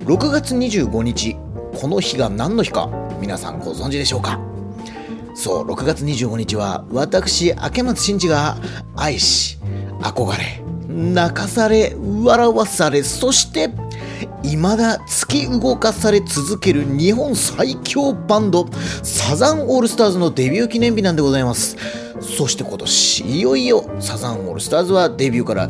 6月25日、この日が何の日か皆さんご存知でしょうか。そう、6月25日は私明松真嗣が愛し憧れ泣かされ笑わされ、そして未だ突き動かされ続ける日本最強バンドサザンオールスターズのデビュー記念日なんでございます。そして今年いよいよサザンオールスターズはデビューから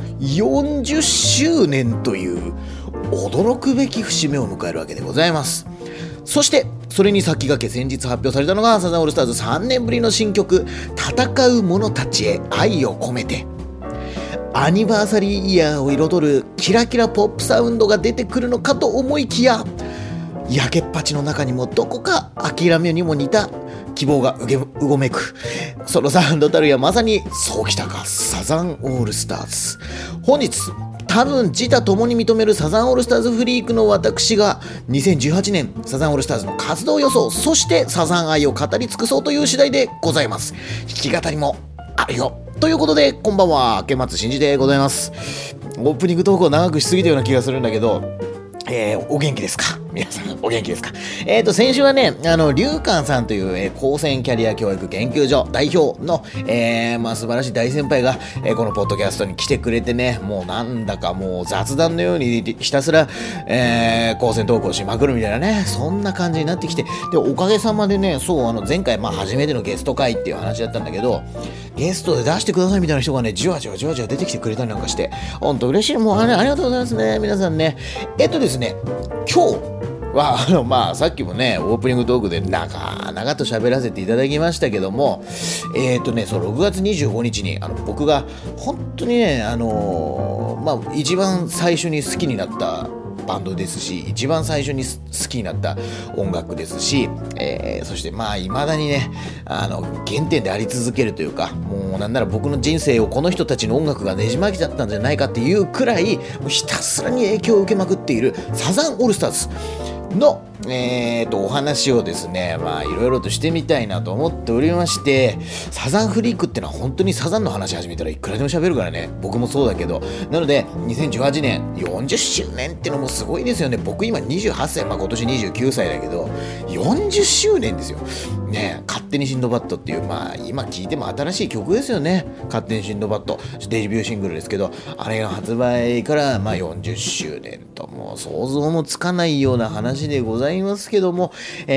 40周年という驚くべき節目を迎えるわけでございます。そしてそれに先駆け先日発表されたのがサザンオールスターズ3年ぶりの新曲戦う者たちへ愛を込めて。アニバーサリーイヤーを彩るキラキラポップサウンドが出てくるのかと思いきや、焼けっぱちの中にもどこか諦めにも似た希望がうごめくそのサウンドたるや、まさにそうきたかサザンオールスターズ。本日多分自他ともに認めるサザンオールスターズフリークの私が2018年サザンオールスターズの活動予想、そしてサザン愛を語り尽くそうという次第でございます。弾き語りもあるよということで、こんばんは、明松真嗣でございます。オープニングトークを長くしすぎたような気がするんだけど、お元気ですか皆さん、お元気ですか。先週はね、龍寛さんという、高専キャリア教育研究所代表の、素晴らしい大先輩が、このポッドキャストに来てくれてね、もうなんだかもう雑談のようにひたすら、高専トークをしまくるみたいなね、そんな感じになってきて、で、おかげさまでね、そう、前回、初めてのゲスト会っていう話だったんだけど、ゲストで出してくださいみたいな人がね、じわじわ出てきてくれたりなんかして、ほんと嬉しい。もうありがとうございますね、皆さんね。ですね、今日はさっきもねオープニングトークで長々と喋らせていただきましたけども、そう6月25日に僕が本当にね一番最初に好きになったバンドですし、一番最初に好きになった音楽ですし、そして未だにね原点であり続けるというか、もうなんなら僕の人生をこの人たちの音楽がねじ曲げちゃったんじゃないかっていうくらいひたすらに影響を受けまくっているサザンオールスターズの、お話をですねいろいろとしてみたいなと思っておりまして、サザンフリークってのは本当にサザンの話始めたらいくらでも喋るからね、僕もそうだけど、なので2018年40周年ってのもすごいですよね。僕今28歳、今年29歳だけど40周年ですよね。勝手にシンドバッドっていう今聴いても新しい曲ですよね。勝手にシンドバッドデビューシングルですけど、あれが発売から40周年と、もう想像もつかないような話でございますけども、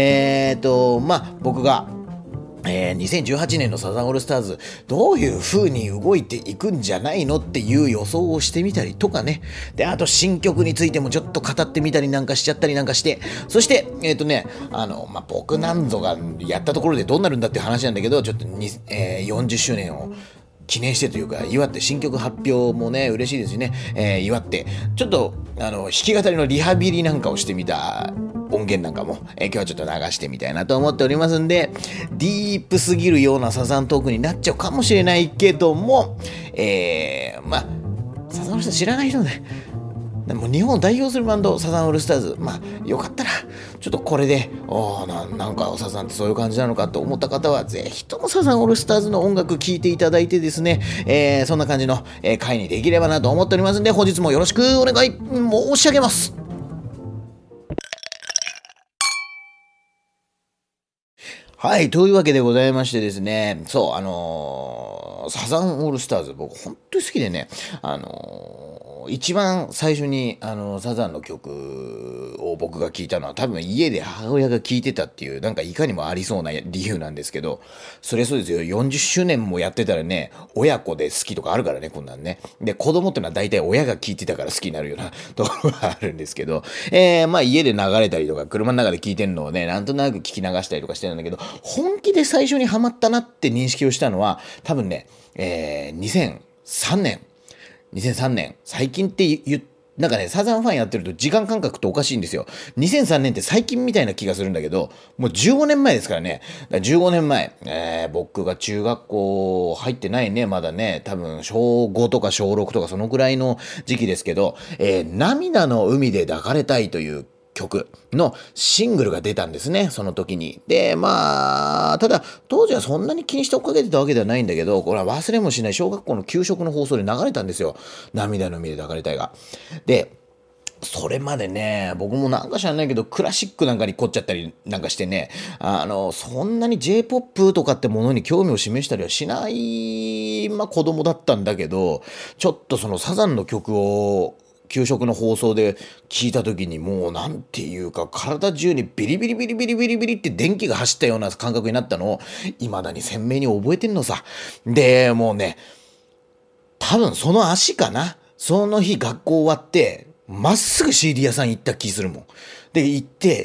僕が2018年のサザンオールスターズどういう風に動いていくんじゃないのっていう予想をしてみたりとかね。で、あと新曲についてもちょっと語ってみたりなんかしちゃったりなんかして、そして僕なんぞがやったところでどうなるんだっていう話なんだけど、ちょっと40周年を記念してというか祝って、新曲発表もね嬉しいですしね、祝ってちょっと弾き語りのリハビリなんかをしてみた音源なんかも、今日はちょっと流してみたいなと思っておりますんで、ディープすぎるようなサザントークになっちゃうかもしれないけども、サザンオールスターズ知らない人ね、でも日本を代表するバンドサザンオールスターズ、よかったらちょっとこれでなんかサザンってそういう感じなのかと思った方はぜひともサザンオールスターズの音楽聴いていただいてですね、そんな感じの回にできればなと思っておりますんで、本日もよろしくお願い申し上げます。はい、というわけでございましてですね、そうサザンオールスターズ僕本当に好きでね、一番最初にサザンの曲を僕が聴いたのは多分家で母親が聴いてたっていう、なんかいかにもありそうな理由なんですけど、そりゃそうですよ、40周年もやってたらね、親子で好きとかあるからね、こんなんね。で、子供ってのは大体親が聴いてたから好きになるようなところがあるんですけど、家で流れたりとか車の中で聴いてるのをね、なんとなく聞き流したりとかしてるんだけど、本気で最初にハマったなって認識をしたのは多分ね、2003年、最近ってなんかね、サザンファンやってると時間感覚っておかしいんですよ。2003年って最近みたいな気がするんだけど、もう15年前ですからね。15年前、僕が中学校入ってないね、まだね、多分小5とか小6とかそのくらいの時期ですけど、涙の海で抱かれたいという曲のシングルが出たんですね、その時に。で、ただ当時はそんなに気にして追っかけてたわけではないんだけど、これは忘れもしない小学校の給食の放送で流れたんですよ、涙の海で抱かれたいが。で、 それまでね、僕もなんか知らないけど、クラシックなんかに凝っちゃったりなんかしてね、そんなに J-POP とかってものに興味を示したりはしない、子供だったんだけど、ちょっとそのサザンの曲を、給食の放送で聞いた時にもうなんていうか体中にビリビリビリビリビリビリって電気が走ったような感覚になったのを未だに鮮明に覚えてんのさ。で、もうね、多分その足かな。その日学校終わって、まっすぐ CD 屋さん行った気するもん。で、行って、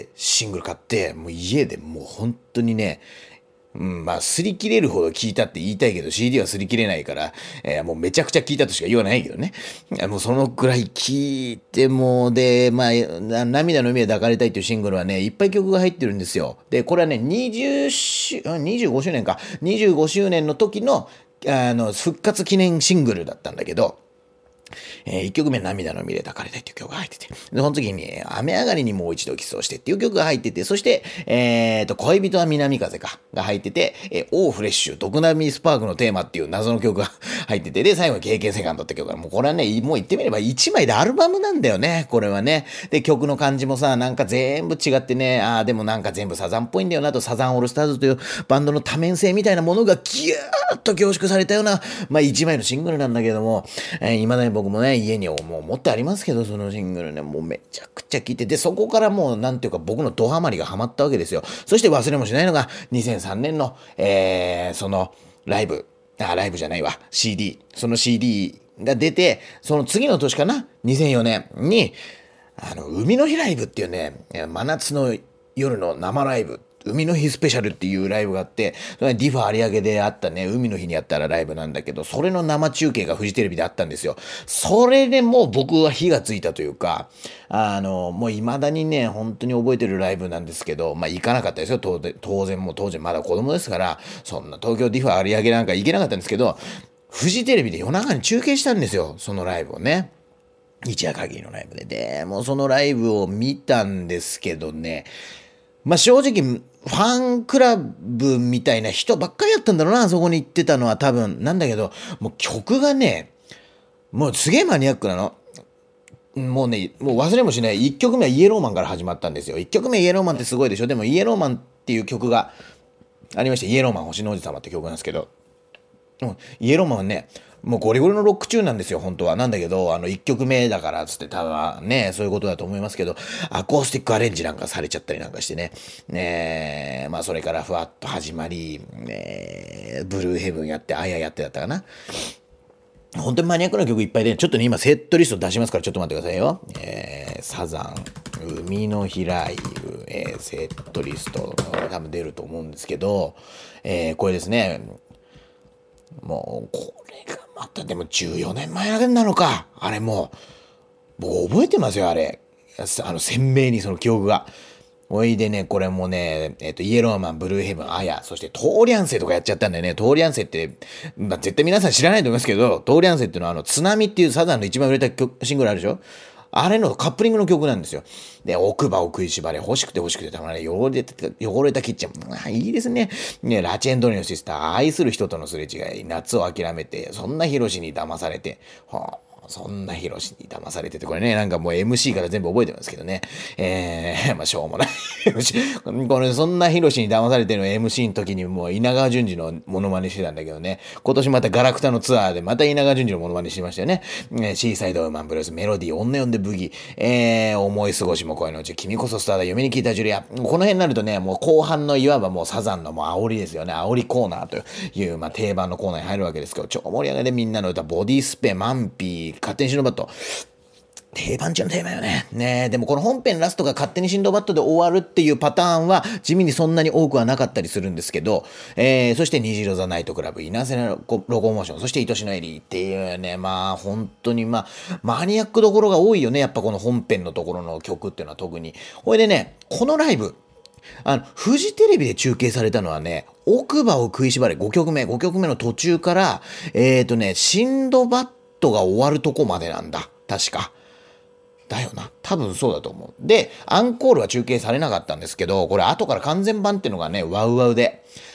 シングル買って、もう家でもう本当にね、擦り切れるほど聞いたって言いたいけど CD は擦り切れないから、もうめちゃくちゃ聞いたとしか言わないけどね。もうそのくらい聞いて、もうで、涙の海へ抱かれたいっていうシングルはね、いっぱい曲が入ってるんですよ。で、これはね、25周年か。25周年の時の、復活記念シングルだったんだけど、1曲目涙の海で抱かれたいっていう曲が入ってて、でその次に雨上がりにもう一度キスをしてっていう曲が入ってて、そして、恋人は南風かが入ってて、オーフレッシュ、毒ナミスパークのテーマっていう謎の曲が入ってて、で、最後に経験セカンドって曲が、もうこれはね、もう言ってみれば1枚でアルバムなんだよね、これはね。で、曲の感じもさ、なんか全部違ってね、でもなんか全部サザンっぽいんだよなと、サザンオールスターズというバンドの多面性みたいなものがギューッと凝縮されたような、1枚のシングルなんだけども、未だに僕もね、家にもう持ってありますけど、そのシングルね、もうめちゃくちゃ聴いてて、そこからもうなんていうか僕のドハマりがハマったわけですよ。そして忘れもしないのが、2003年の、そのライブじゃないわ、CD。その CD が出て、その次の年かな、2004年に、海の日ライブっていうね、真夏の夜の生ライブ、海の日スペシャルっていうライブがあって、それはディファ有明であったね、海の日にやったらライブなんだけど、それの生中継がフジテレビであったんですよ。それでもう僕は火がついたというか、もう未だにね、本当に覚えてるライブなんですけど、行かなかったですよ、当然もう当時まだ子供ですから、そんな東京ディファ有明なんか行けなかったんですけど、フジテレビで夜中に中継したんですよ、そのライブをね。一夜限りのライブで。で、もうそのライブを見たんですけどね、正直、ファンクラブみたいな人ばっかりやったんだろうな、そこに行ってたのは多分。なんだけど、もう曲がね、もうすげえマニアックなの。もうね、もう忘れもしない。1曲目はイエローマンから始まったんですよ。1曲目イエローマンってすごいでしょ。でもイエローマンっていう曲がありまして、イエローマン星の王子様って曲なんですけど、イエローマンはね、もうゴリゴリのロックチューンなんですよ、本当は。なんだけど、1曲目だからつって多分ね、そういうことだと思いますけど、アコースティックアレンジなんかされちゃったりなんかしてね。それからふわっと始まり、ブルーヘブンやって、アヤやってだったかな。本当にマニアックな曲いっぱいで、ちょっとね、今セットリスト出しますから、ちょっと待ってくださいよ。サザン、海の日ライブ、セットリスト、多分出ると思うんですけど、これですね、もう、これがまたでも14年前なのか。あれもう、僕覚えてますよ、あれ。鮮明にその記憶が。おいでね、これもね、イエローマン、ブルーヘブン、アヤ、そしてトーリャンセとかやっちゃったんだよね。トーリャンセって、絶対皆さん知らないと思いますけど、トーリャンセっていうのは津波っていうサザンの一番売れたシングルあるでしょ。あれのカップリングの曲なんですよ。で、奥歯を食いしばれ、欲しくて欲しくてたまらない、汚れたキッチン。いいですね。ね、ラチェンドリのシスター、愛する人とのすれ違い、夏を諦めて、そんなヒロシに騙されて、そんなヒロシに騙されてて、これね、なんかもう MC から全部覚えてますけどね。しょうもない。これ、そんなヒロシに騙されてるの MC の時にもう稲川淳二のモノマネしてたんだけどね。今年またガラクタのツアーでまた稲川淳二のモノマネしてましたよね。シーサイドウーマンブルース、メロディー、女呼んでブギー、思い過ごしも恋のうち、君こそスターだ、夢に聞いたジュリア。この辺になるとね、もう後半のいわばもうサザンのもう煽りですよね。煽りコーナーという、定番のコーナーに入るわけですけど、超盛り上がりでみんなの歌、ボディスペ、マンピー、勝手にシンドバッド。定番中の定番よね。でもこの本編ラストが勝手にシンドバッドで終わるっていうパターンは地味にそんなに多くはなかったりするんですけど、そして虹色ザナイトクラブ、稲瀬のロコモーション、そして愛しのエリーっていうね、本当にマニアックどころが多いよね。やっぱこの本編のところの曲っていうのは特に。ほいでね、このライブ、フジテレビで中継されたのはね、奥歯を食いしばれ5曲目の途中から、シンドバッドが終わるとこまでなんだ。確か。だよな。多分そうだと思う。で、アンコールは中継されなかったんですけど、これ後から完全版っていうのがね、ワウワウで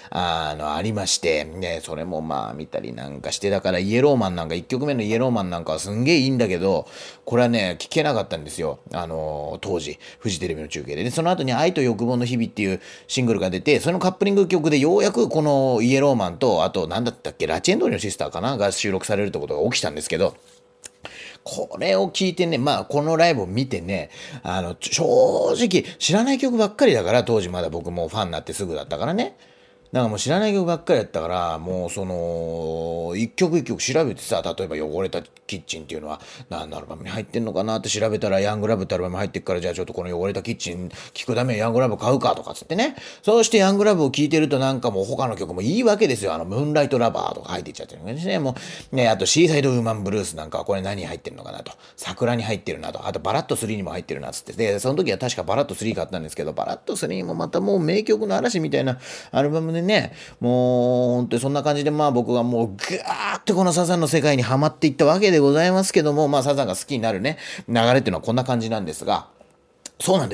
ありまして、ね、それもまあ見たりなんかして、だからイエローマンなんか、1曲目のイエローマンなんかはすんげえいいんだけど、これはね、聞けなかったんですよ。当時、フジテレビの中継で。で、その後に愛と欲望の日々っていうシングルが出て、そのカップリング曲でようやくこのイエローマンと、あとなんだったっけ、ラチェンドリのシスターかなが収録されるってことが起きたんですけど、これを聞いてね、まあ、このライブを見てね、正直、知らない曲ばっかりだから、当時まだ僕もファンになってすぐだったからね。だからもう知らない曲ばっかりやったから、もうその、一曲一曲調べてさ、例えば汚れたキッチンっていうのは何のアルバムに入ってんのかなって調べたら、ヤングラブってアルバム入ってっから、じゃあちょっとこの汚れたキッチン聞くためにヤングラブ買うかとかつってね。そうしてヤングラブを聴いてるとなんかもう他の曲もいいわけですよ。ムーンライトラバーとか入っていっちゃってるんですね。もう、ね、あとシーサイドウーマンブルースなんかはこれ何入ってるのかなと。桜に入ってるなと。あとバラット3にも入ってるなっつって。で、その時は確かバラット3買ったんですけど、バラット3もまたもう名曲の嵐みたいなアルバムでね、もう本当にそんな感じで、まあ僕がもうぐーってこのサザンの世界にはまっていったわけでございますけども、まあサザンが好きになるね、流れっていうのはこんな感じなんですが、そうなんです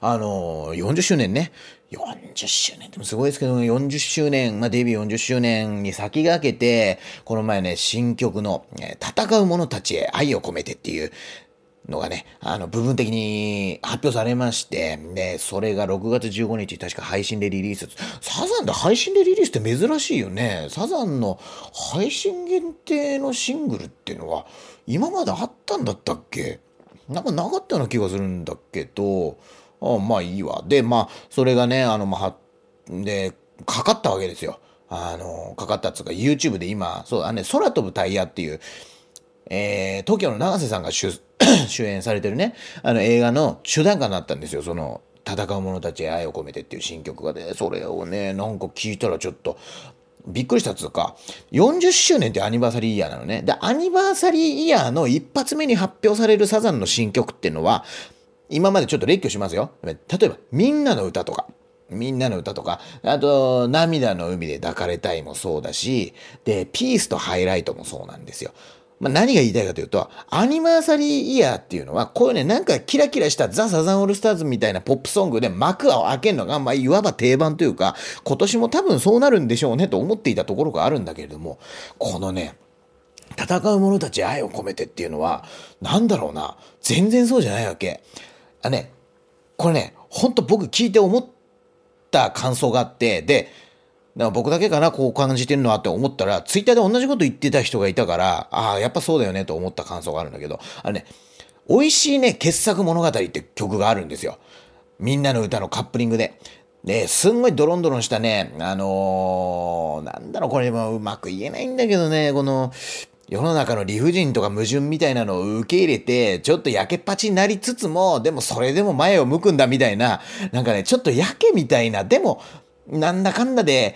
。40周年ね。40周年でもすごいですけど、40周年、まあデビュー40周年に先駆けて、この前ね、新曲の、戦う者たちへ愛を込めてっていう、のがね、部分的に発表されまして、で、それが6月15日、確か配信でリリース。サザンで配信でリリースって珍しいよね。サザンの配信限定のシングルっていうのは、今まであったんだったっけ？なんかなかったような気がするんだけど、まあいいわ。で、まあ、それがね、で、かかったわけですよ。かかったっつうか、YouTube で今、そう、空飛ぶタイヤっていう、東京の永瀬さんが主演されてるね、映画の主題歌になったんですよ。その、戦う者たちへ愛を込めてっていう新曲がね、それをね、なんか聞いたらちょっと、びっくりしたっつうか、40周年ってアニバーサリーイヤーなのね。で、アニバーサリーイヤーの一発目に発表されるサザンの新曲っていうのは、今までちょっと列挙しますよ。例えば、みんなの歌とか。みんなの歌とか、あと、涙の海で抱かれたいもそうだし、で、ピースとハイライトもそうなんですよ。まあ、何が言いたいかというと、アニバーサリーイヤーっていうのは、こういうね、なんかキラキラしたザ・サザンオールスターズみたいなポップソングで幕を開けるのが、まあ、いわば定番というか、今年も多分そうなるんでしょうねと思っていたところがあるんだけれども、このね、戦う者たちへ愛を込めてっていうのは、なんだろうな、全然そうじゃないわけ。これね、ほんと僕聞いて思った感想があって、で、だから僕だけかな、こう感じてるのはって思ったら、ツイッターで同じこと言ってた人がいたから、ああ、やっぱそうだよねと思った感想があるんだけど、美味しいね、傑作物語って曲があるんですよ。みんなの歌のカップリングで。で、すんごいドロンドロンしたね、なんだろう、これもうまく言えないんだけどね、この、世の中の理不尽とか矛盾みたいなのを受け入れて、ちょっとやけっぱちになりつつも、でもそれでも前を向くんだみたいな、なんかね、ちょっとやけみたいな、でも、なんだかんだで、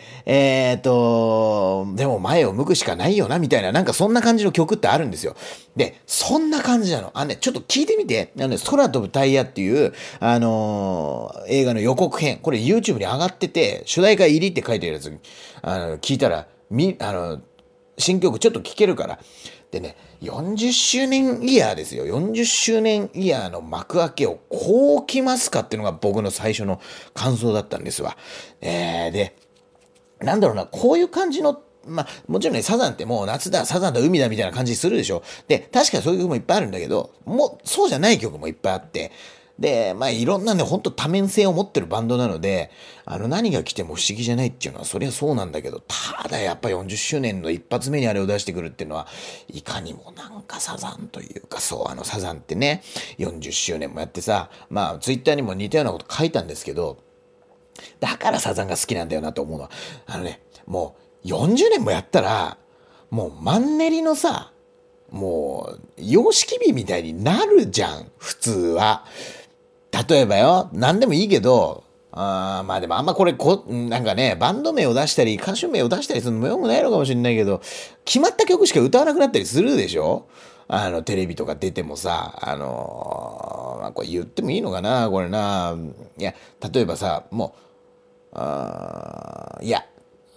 でも前を向くしかないよな、みたいな、なんかそんな感じの曲ってあるんですよ。で、そんな感じなの。ちょっと聞いてみて。空飛ぶタイヤっていう、映画の予告編。これ YouTube に上がってて、主題歌入りって書いてるやつ、聞いたら、新曲ちょっと聴けるから。でね、40周年イヤーですよ。40周年イヤーの幕開けをこう来ますかっていうのが僕の最初の感想だったんですわ。で、なんだろうな、こういう感じの、まあ、もちろんね、サザンってもう夏だ、サザンだ、海だみたいな感じするでしょ。で、確かにそういう曲もいっぱいあるんだけど、もう、そうじゃない曲もいっぱいあって、で、まあ、いろんなね、ほんと多面性を持ってるバンドなので、何が来ても不思議じゃないっていうのは、そりゃそうなんだけど、ただやっぱ40周年の一発目にあれを出してくるっていうのは、いかにもなんかサザンというか、そう、サザンってね、40周年もやってさ、まあ、ツイッターにも似たようなこと書いたんですけど、だからサザンが好きなんだよなと思うのは、もう40年もやったら、もうマンネリのさ、もう、様式美みたいになるじゃん、普通は。例えばよ、何でもいいけど、まあでもあんまこれなんかね、バンド名を出したり、歌手名を出したりするのもよくないのかもしれないけど、決まった曲しか歌わなくなったりするでしょ？テレビとか出てもさ、まあこれ言ってもいいのかな、これな。いや、例えばさ、もう、いや、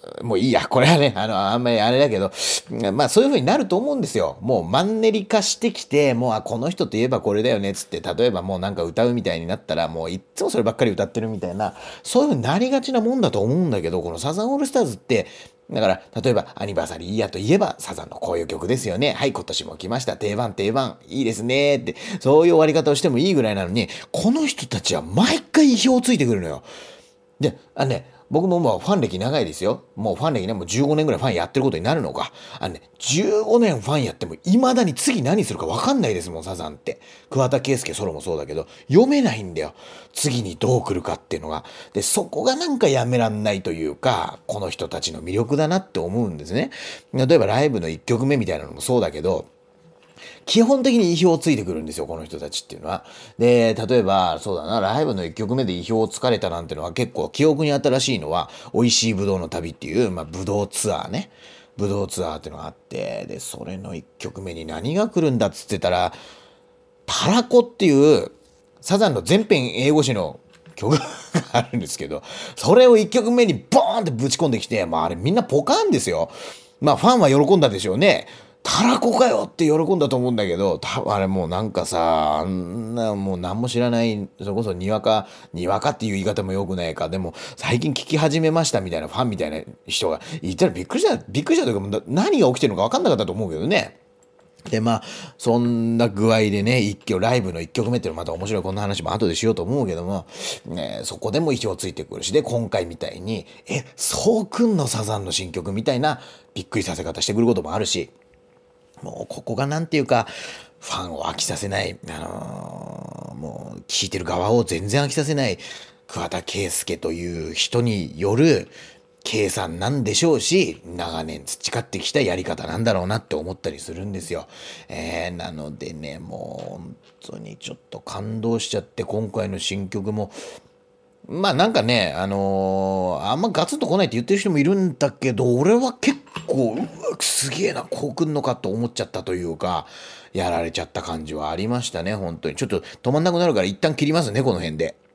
もういいや、これはね、あんまりあれだけど、まあそういう風になると思うんですよ。もうマンネリ化してきて、もうこの人といえばこれだよね、つって、例えばもうなんか歌うみたいになったら、もういっつもそればっかり歌ってるみたいな、そういう風になりがちなもんだと思うんだけど、このサザンオールスターズって、だから、例えば、アニバーサリーイヤーといえば、サザンのこういう曲ですよね。はい、今年も来ました。定番、定番。いいですね。って、そういう終わり方をしてもいいぐらいなのに、この人たちは毎回意表をついてくるのよ。で、僕ももうファン歴長いですよ。もうファン歴ね、もう15年ぐらいファンやってることになるのか。15年ファンやっても未だに次何するか分かんないですもん、サザンって。桑田佳祐ソロもそうだけど、読めないんだよ。次にどう来るかっていうのが。で、そこがなんかやめらんないというか、この人たちの魅力だなって思うんですね。例えばライブの1曲目みたいなのもそうだけど、基本的に意表をついてくるんですよ、この人たちっていうのは。で、例えば、そうだな、ライブの1曲目で意表をつかれたなんてのは結構記憶に新しいのは、美味しいぶどうの旅っていう、ぶどうツアーね。ぶどうツアーっていうのがあって、で、それの1曲目に何が来るんだっつってたら、たらこっていう、サザンの全編英語詞の曲があるんですけど、それを1曲目にボーンってぶち込んできて、あれみんなポカーンですよ。ファンは喜んだでしょうね。たらこかよって喜んだと思うんだけど、あれもうなんかさ、あんなもう何も知らない、それこそにわかっていう言い方も良くないか、でも最近聞き始めましたみたいなファンみたいな人がいたらびっくりしたというか、何が起きてるのか分かんなかったと思うけどね。で、そんな具合でね、ライブの1曲目っていうのまた面白い、こんな話も後でしようと思うけども、ね、そこでも意表ついてくるし、で、今回みたいに、そうくんのサザンの新曲みたいなびっくりさせ方してくることもあるし、もうここがなんていうか、ファンを飽きさせない、もう聴いてる側を全然飽きさせない、桑田佳祐という人による計算なんでしょうし、長年培ってきたやり方なんだろうなって思ったりするんですよ。なのでね、もう本当にちょっと感動しちゃって、今回の新曲も、なんかね、あんまガツンと来ないって言ってる人もいるんだけど、俺は結構、すげえな、こう来んのかと思っちゃったというか、やられちゃった感じはありましたね、本当に。ちょっと止まんなくなるから一旦切りますね、この辺で。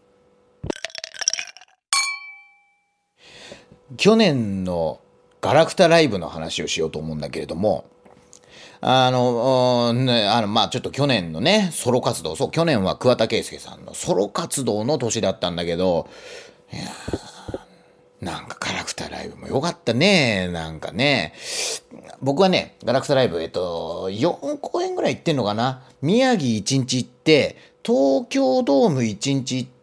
去年のガラクタライブの話をしようと思うんだけれども、ちょっと去年のね、ソロ活動、そう、去年は桑田佳祐さんのソロ活動の年だったんだけど、いやなんかガラクタライブも良かったね。なんかね。僕はね、ガラクタライブ、4公演ぐらい行ってんのかな。宮城1日行って、東京ドーム1日行って、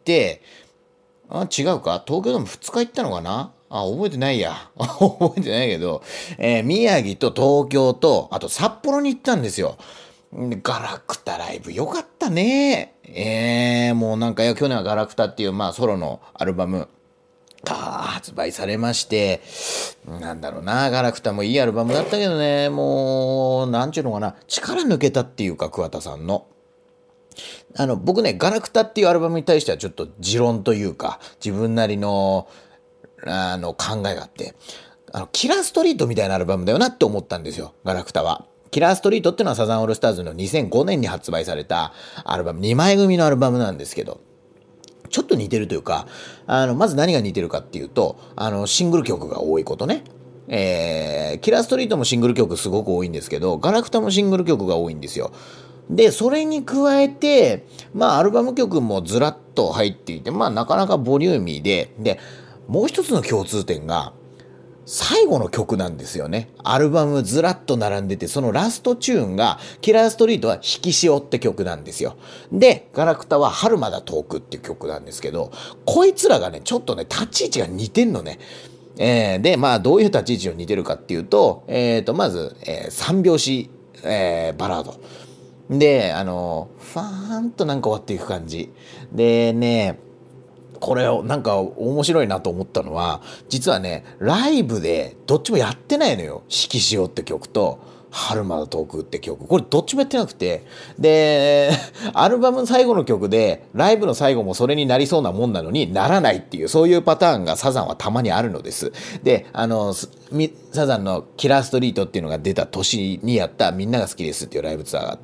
違うか東京ドーム2日行ったのかな覚えてないや。覚えてないけど、宮城と東京と、あと札幌に行ったんですよ。ガラクタライブ良かったね。もうなんか、去年はガラクタっていう、ソロのアルバムが発売されまして、なんだろうな、ガラクタもいいアルバムだったけどね、もう、なんちゅうのかな、力抜けたっていうか、桑田さんの。僕ね、ガラクタっていうアルバムに対してはちょっと持論というか、自分なりの、考えがあって、キラーストリートみたいなアルバムだよなって思ったんですよ、ガラクタは。キラーストリートっていうのはサザンオールスターズの2005年に発売されたアルバム、2枚組のアルバムなんですけど、ちょっと似てるというか、まず何が似てるかっていうと、シングル曲が多いことね。キラーストリートもシングル曲すごく多いんですけど、ガラクタもシングル曲が多いんですよ。で、それに加えて、アルバム曲もずらっと入っていて、なかなかボリューミーで、もう一つの共通点が、最後の曲なんですよね。アルバムずらっと並んでて、そのラストチューンが、キラーストリートは引き潮って曲なんですよ。で、ガラクタは春まだ遠くっていう曲なんですけど、こいつらがね、ちょっとね、立ち位置が似てんのね。で、どういう立ち位置を似てるかっていうと、まず、三拍子、バラード。で、ファーンとなんか終わっていく感じ。でね、これをなんか面白いなと思ったのは、実はね、ライブでどっちもやってないのよ。指揮しようって曲と、春まだ遠くって曲。これどっちもやってなくて。で、アルバム最後の曲で、ライブの最後もそれになりそうなもんなのにならないっていう、そういうパターンがサザンはたまにあるのです。で、サザンのキラーストリートっていうのが出た年にやったみんなが好きですっていうライブツアーがあって、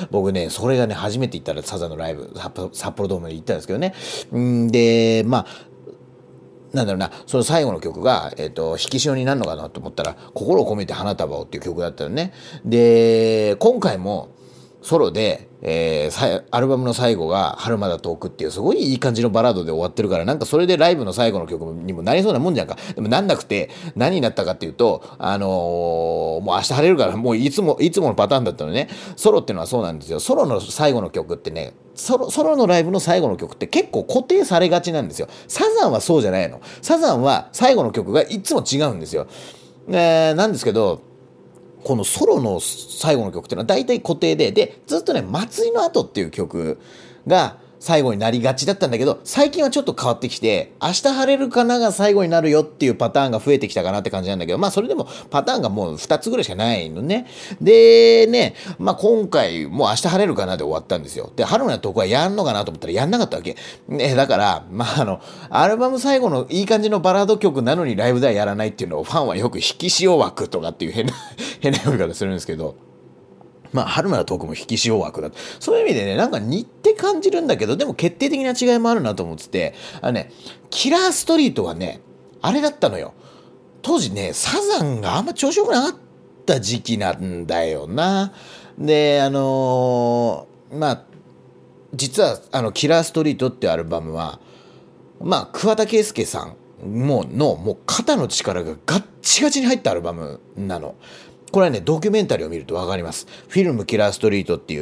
僕ね、それがね、初めて行ったらサザンのライブ、札幌ドームに行ったんですけどね。で、 なんだろうな、その最後の曲が、引き潮になるのかなと思ったら、心を込めて花束をっていう曲だったよね。で、今回もソロで、アルバムの最後が春まだ遠くっていうすごいいい感じのバラードで終わってるから、なんかそれでライブの最後の曲にもなりそうなもんじゃんか。でもなんなくて、何になったかっていうと、もう明日晴れるから、もういつものパターンだったのね。ソロっていうのはそうなんですよ。ソロの最後の曲ってね、ソロのライブの最後の曲って結構固定されがちなんですよ。サザンはそうじゃないの。サザンは最後の曲がいつも違うんですよ。なんですけど、このソロの最後の曲っていうのは大体固定で、ずっとね、祭りの後っていう曲が最後になりがちだったんだけど、最近はちょっと変わってきて、明日晴れるかなが最後になるよっていうパターンが増えてきたかなって感じなんだけど、まあそれでもパターンがもう2つぐらいしかないのね。でね、まあ今回もう明日晴れるかなで終わったんですよ。で、春のとこはやんのかなと思ったらやんなかったわけ。ね、だから、まあアルバム最後のいい感じのバラード曲なのにライブではやらないっていうのをファンはよく引き潮枠とかっていう変な呼び方するんですけど、まあ、春までトークも引き潮枠だ。そういう意味でね、なんか似て感じるんだけど、でも決定的な違いもあるなと思ってて、キラーストリートはね、あれだったのよ。当時ね、サザンがあんま調子よくなかった時期なんだよな。で、まあ、実は、キラーストリートっていうアルバムは、まあ、桑田佳祐さんもう肩の力がガッチガチに入ったアルバムなの。これはね、ドキュメンタリーを見るとわかります。フィルムキラーストリートっていう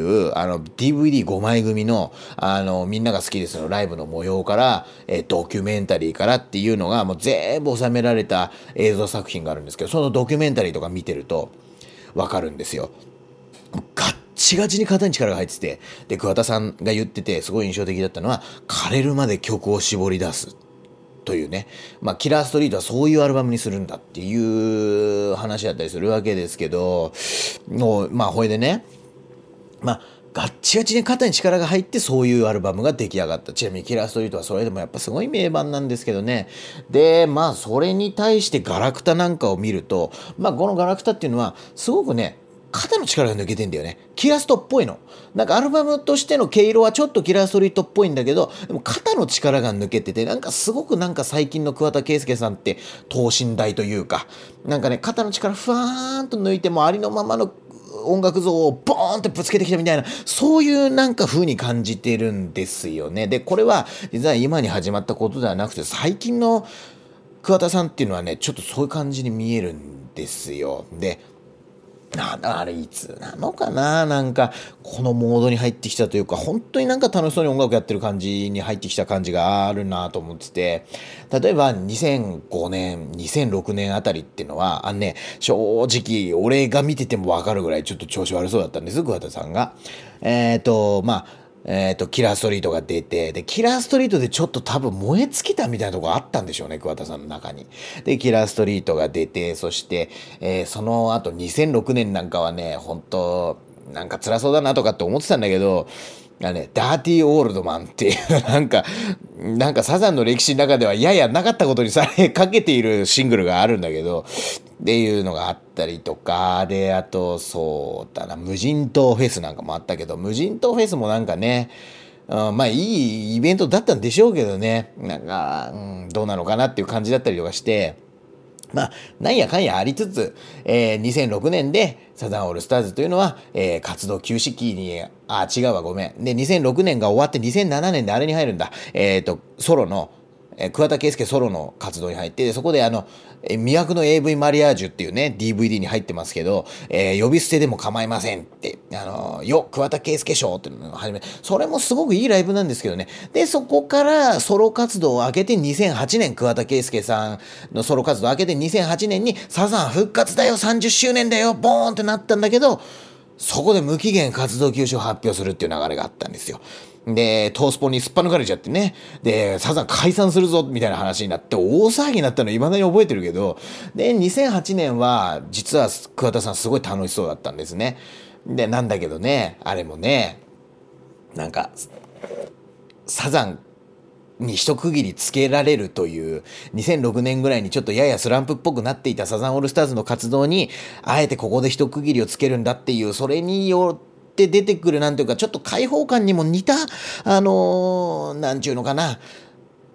、DVD5 枚組の、みんなが好きですのライブの模様から、ドキュメンタリーからっていうのが、もう全部収められた映像作品があるんですけど、そのドキュメンタリーとか見てるとわかるんですよ。ガッチガチに肩に力が入ってて、で、桑田さんが言ってて、すごい印象的だったのは、枯れるまで曲を絞り出す。というね、まあ、キラーストリートはそういうアルバムにするんだっていう話だったりするわけですけど、もう、まあ、ほいでね、まあ、ガッチガチに肩に力が入ってそういうアルバムが出来上がった。ちなみにキラーストリートはそれでもやっぱすごい名盤なんですけどね。で、まあ、それに対してガラクタなんかを見ると、まあ、このガラクタっていうのは、すごくね、肩の力が抜けてんだよね。キラストっぽいの。なんかアルバムとしての毛色はちょっとキラーストリートっぽいんだけど、でも肩の力が抜けてて、なんかすごくなんか最近の桑田佳祐さんって等身大というか、なんかね、肩の力ふわーんと抜いてもありのままの音楽像をボーンってぶつけてきたみたいな、そういうなんか風に感じてるんですよね。で、これは実は今に始まったことではなくて、最近の桑田さんっていうのはね、ちょっとそういう感じに見えるんですよ。で、あれいつなのかな、なんかこのモードに入ってきたというか、本当になんか楽しそうに音楽やってる感じに入ってきた感じがあるなと思ってて、例えば2005年2006年あたりっていうのは正直俺が見てても分かるぐらいちょっと調子悪そうだったんです、桑田さんが。まあキラーストリートが出て、で、キラーストリートでちょっと多分燃え尽きたみたいなところあったんでしょうね、桑田さんの中に。で、キラーストリートが出て、そして、その後2006年なんかはね、本当なんか辛そうだなとかって思ってたんだけど、ダーティーオールドマンっていう、なんかサザンの歴史の中ではややなかったことにされかけているシングルがあるんだけど、っていうのがあったりとか、で、あと、そうだな、無人島フェスなんかもあったけど、無人島フェスもなんかね、まあいいイベントだったんでしょうけどね、なんか、どうなのかなっていう感じだったりとかして、まあ、なんやかんやありつつ、2006年でサザンオールスターズというのは、活動休止期に、違うわ、ごめん。で、2006年が終わって2007年であれに入るんだ。ソロの、桑田佳祐ソロの活動に入って、そこで魅惑の AV マリアージュっていうね、DVD に入ってますけど、呼び捨てでも構いませんって、桑田佳祐賞っていうのを始め、それもすごくいいライブなんですけどね。で、そこからソロ活動を開けて2008年、桑田佳祐さんのソロ活動を開けて2008年にサザン復活だよ、30周年だよ、ボーンってなったんだけど、そこで無期限活動休止を発表するっていう流れがあったんですよ。で、トースポにすっぱ抜かれちゃってね。で、サザン解散するぞ、みたいな話になって、大騒ぎになったの未だに覚えてるけど、で、2008年は、実は桑田さんすごい楽しそうだったんですね。で、なんだけどね、あれもね、なんか、サザンに一区切りつけられるという2006年ぐらいにちょっとややスランプっぽくなっていたサザンオールスターズの活動にあえてここで一区切りをつけるんだっていう、それによって出てくるなんていうかちょっと開放感にも似たなんちゅうのかな、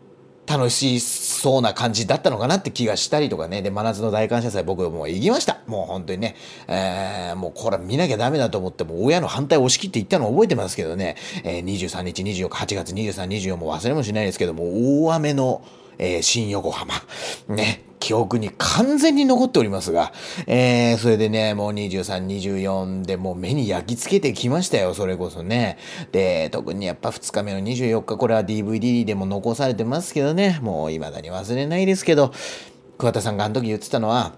楽しそうな感じだったのかなって気がしたりとかね。で、真夏の大感謝祭僕もう行きました。もう本当にね、もうこれ見なきゃダメだと思って、もう親の反対を押し切って行ったのを覚えてますけどね、23日、24日、8月23、24も忘れもしないですけども、大雨の、新横浜。ね。記憶に完全に残っておりますが、それでね、もう23、24でもう目に焼き付けてきましたよ、それこそね。で、特にやっぱ2日目の24日、これは DVD でも残されてますけどね、もう未だに忘れないですけど、桑田さんがあの時言ってたのは、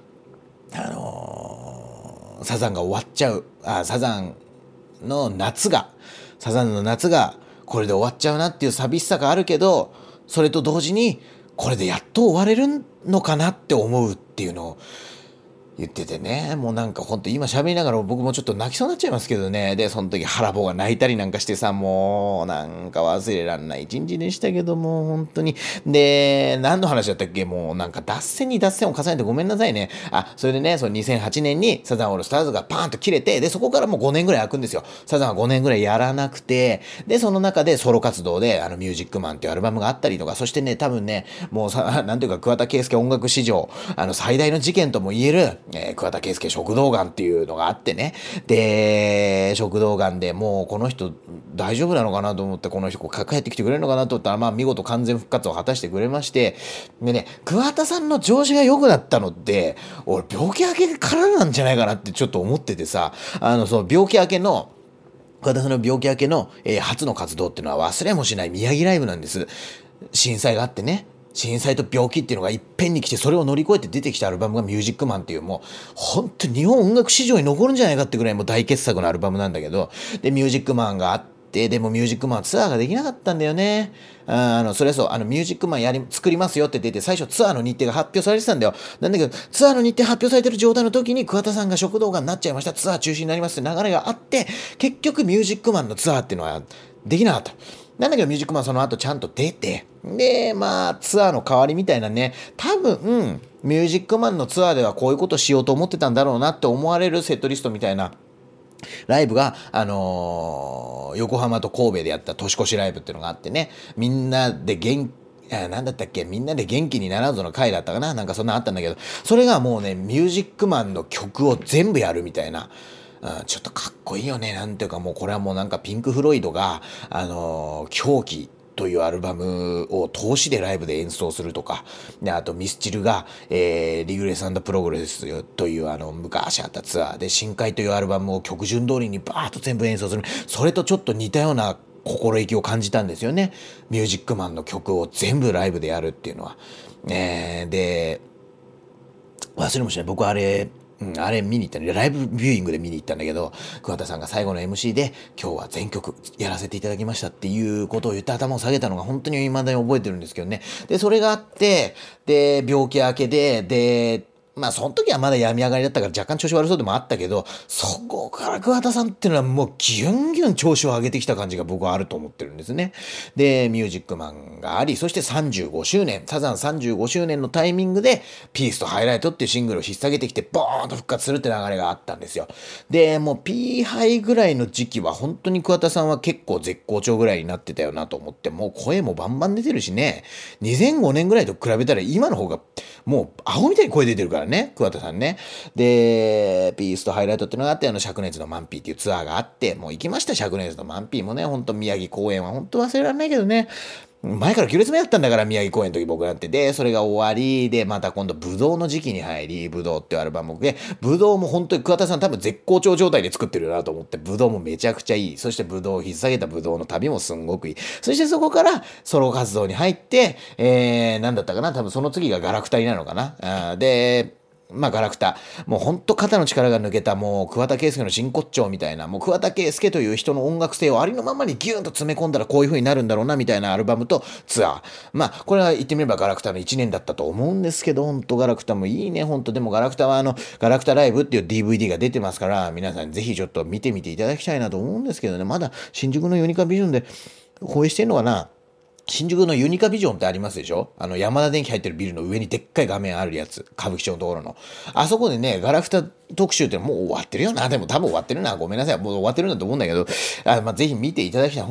サザンが終わっちゃう。サザンの夏がこれで終わっちゃうなっていう寂しさがあるけど、それと同時にこれでやっと終われるのかなって思うっていうのを言っててね、もうなんかほんと今喋りながら僕もちょっと泣きそうになっちゃいますけどね。で、その時腹棒が泣いたりなんかしてさ、もうなんか忘れらんない一日でしたけども、本当に。で、何の話だったっけ？もうなんか脱線に脱線を重ねてごめんなさいね。それでね、その2008年にサザンオールスターズがパーンと切れて、で、そこからもう5年ぐらい空くんですよ。サザンは5年ぐらいやらなくて、で、その中でソロ活動で、ミュージックマンっていうアルバムがあったりとか、そしてね、多分ね、もうさ、なんていうか、桑田佳祐音楽史上、最大の事件とも言える、桑田佳祐食道がんっていうのがあってね。で、食道がんでもうこの人大丈夫なのかなと思って、この人帰ってきてくれるのかなと思ったら、まあ見事完全復活を果たしてくれまして、でね、桑田さんの調子が良くなったのって、俺病気明けからなんじゃないかなってちょっと思っててさ、その病気明けの、桑田さんの病気明けの、初の活動っていうのは忘れもしない宮城ライブなんです。震災があってね。震災と病気っていうのがいっぺんに来て、それを乗り越えて出てきたアルバムがミュージックマンっていう、もう本当に日本音楽史上に残るんじゃないかってぐらいもう大傑作のアルバムなんだけど、でミュージックマンがあって、でもミュージックマンはツアーができなかったんだよね。それそうミュージックマン作りますよって出て、最初ツアーの日程が発表されてたんだよ。なんだけどツアーの日程発表されてる状態の時に桑田さんが食道がんになっちゃいました、ツアー中止になりますって流れがあって、結局ミュージックマンのツアーっていうのはできなかった。なんだけどミュージックマンその後ちゃんと出て、で、まあツアーの代わりみたいなね、多分、ミュージックマンのツアーではこういうことしようと思ってたんだろうなって思われるセットリストみたいなライブが、横浜と神戸でやった年越しライブっていうのがあってね、みんなでなんだったっけ、みんなで元気にならんぞの回だったかな、なんかそんなあったんだけど、それがもうね、ミュージックマンの曲を全部やるみたいな。ちょっとかっこいいよね。なんていうかもうこれはもうなんかピンク・フロイドが、狂気というアルバムを通しでライブで演奏するとか、で、あとミスチルが、リグレス&プログレスという昔あったツアーで深海というアルバムを曲順通りにバーッと全部演奏する。それとちょっと似たような心意気を感じたんですよね。ミュージックマンの曲を全部ライブでやるっていうのは。で、忘れもしない。僕あれ見に行ったね。ライブビューイングで見に行ったんだけど、桑田さんが最後の MC で、今日は全曲やらせていただきましたっていうことを言って頭を下げたのが本当に未だに覚えてるんですけどね。で、それがあって、で、病気明けで、まあその時はまだ病み上がりだったから若干調子悪そうでもあったけど、そこから桑田さんっていうのはもうギュンギュン調子を上げてきた感じが僕はあると思ってるんですね。で、ミュージックマンがあり、そして35周年、サザン35周年のタイミングで、ピースとハイライトっていうシングルを引っ提げてきて、ボーンと復活するって流れがあったんですよ。で、もう P ハイぐらいの時期は本当に桑田さんは結構絶好調ぐらいになってたよなと思って、もう声もバンバン出てるしね、2005年ぐらいと比べたら今の方がもうアホみたいに声出てるからね、桑田さんね。で、ピースとハイライトっていうのがあって、灼熱のマンピーっていうツアーがあって、もう行きました、灼熱のマンピーもね、ほんと宮城公演はほんと忘れられないけどね。前から行列目やったんだから、宮城公演の時僕なんて。で、それが終わり、で、また今度、ブドウの時期に入り、ブドウっていうアルバムで、ブドウも本当に桑田さん多分絶好調状態で作ってるなと思って、ブドウもめちゃくちゃいい。そしてブドウを引っ提げたブドウの旅もすんごくいい。そしてそこからソロ活動に入って、なんだったかな、多分その次がガラクタになるのかな。で、まあガラクタ。もうほんと肩の力が抜けた、もう桑田佳祐の真骨頂みたいな、もう桑田佳祐という人の音楽性をありのままにギューンと詰め込んだらこういう風になるんだろうなみたいなアルバムとツアー。まあこれは言ってみればガラクタの1年だったと思うんですけど、ほんとガラクタもいいね、ほんと。でもガラクタはガラクタライブっていう DVD が出てますから、皆さんぜひちょっと見てみていただきたいなと思うんですけどね。まだ新宿のユニカビジョンで放映してんのかな。新宿のユニカビジョンってありますでしょ？山田電機入ってるビルの上にでっかい画面あるやつ。歌舞伎町のところの。あそこでね、ガラクタ特集ってもう終わってるよな。でも多分終わってるな。ごめんなさい。もう終わってるんだと思うんだけど、ぜひ見ていただきたい。本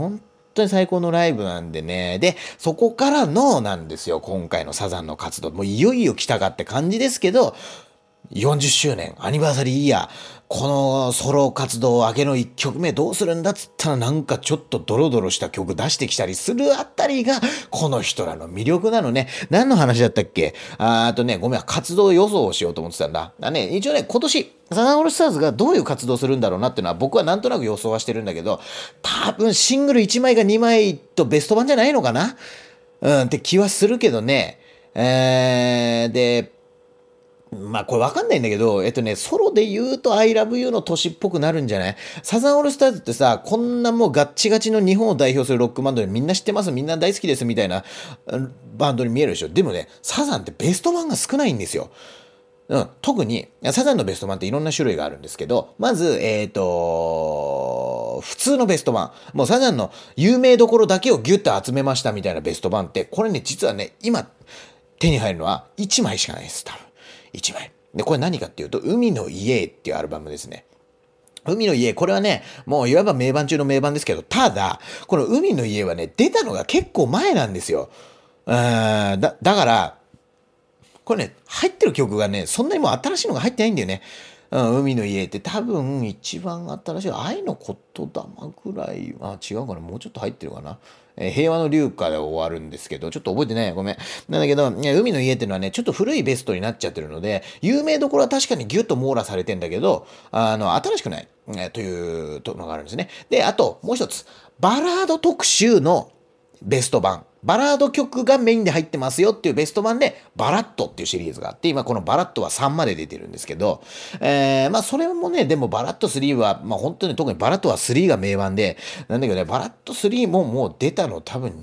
当に最高のライブなんでね。で、そこからのなんですよ、今回のサザンの活動。もういよいよ来たかって感じですけど、40周年、アニバーサリーイヤー、このソロ活動明けの1曲目どうするんだっつったらなんかちょっとドロドロした曲出してきたりするあたりが、この人らの魅力なのね。何の話だったっけ？ごめん、活動予想をしようと思ってたんだ。一応ね、今年、サザンオールスターズがどういう活動するんだろうなっていうのは僕はなんとなく予想はしてるんだけど、多分シングル1枚か2枚とベスト版じゃないのかなって気はするけどね。で、まあこれわかんないんだけど、ソロで言うと I love you の年っぽくなるんじゃない？サザンオールスターズってさ、こんなもうガッチガチの日本を代表するロックバンドでみんな知ってます、みんな大好きですみたいなバンドに見えるでしょ。でもね、サザンってベスト版が少ないんですよ。特に、サザンのベスト版っていろんな種類があるんですけど、まず、普通のベスト版。もうサザンの有名どころだけをギュッと集めましたみたいなベスト版って、これね、実はね、今、手に入るのは1枚しかないです、多分。1枚。で、これ何かっていうと、海の家っていうアルバムですね。海の家、これはね、もういわば名盤中の名盤ですけど、ただ、この海の家はね、出たのが結構前なんですよ。だから、これね、入ってる曲がね、そんなにもう新しいのが入ってないんだよね。海の家って多分一番新しい愛の言霊ぐらい、違うかな、もうちょっと入ってるかな。平和の流歌で終わるんですけど、ちょっと覚えてない、ごめん。なんだけど、海の家っていうのはね、ちょっと古いベストになっちゃってるので、有名どころは確かにギュッと網羅されてんだけど、新しくない、というのがあるんですね。で、あと、もう一つ、バラード特集のベスト版。バラード曲がメインで入ってますよっていうベスト版で、バラットっていうシリーズがあって、今このバラットは3まで出てるんですけど、それもね、でもバラット3は、本当に特にバラットは3が名盤で、なんだけどね、バラット3ももう出たの多分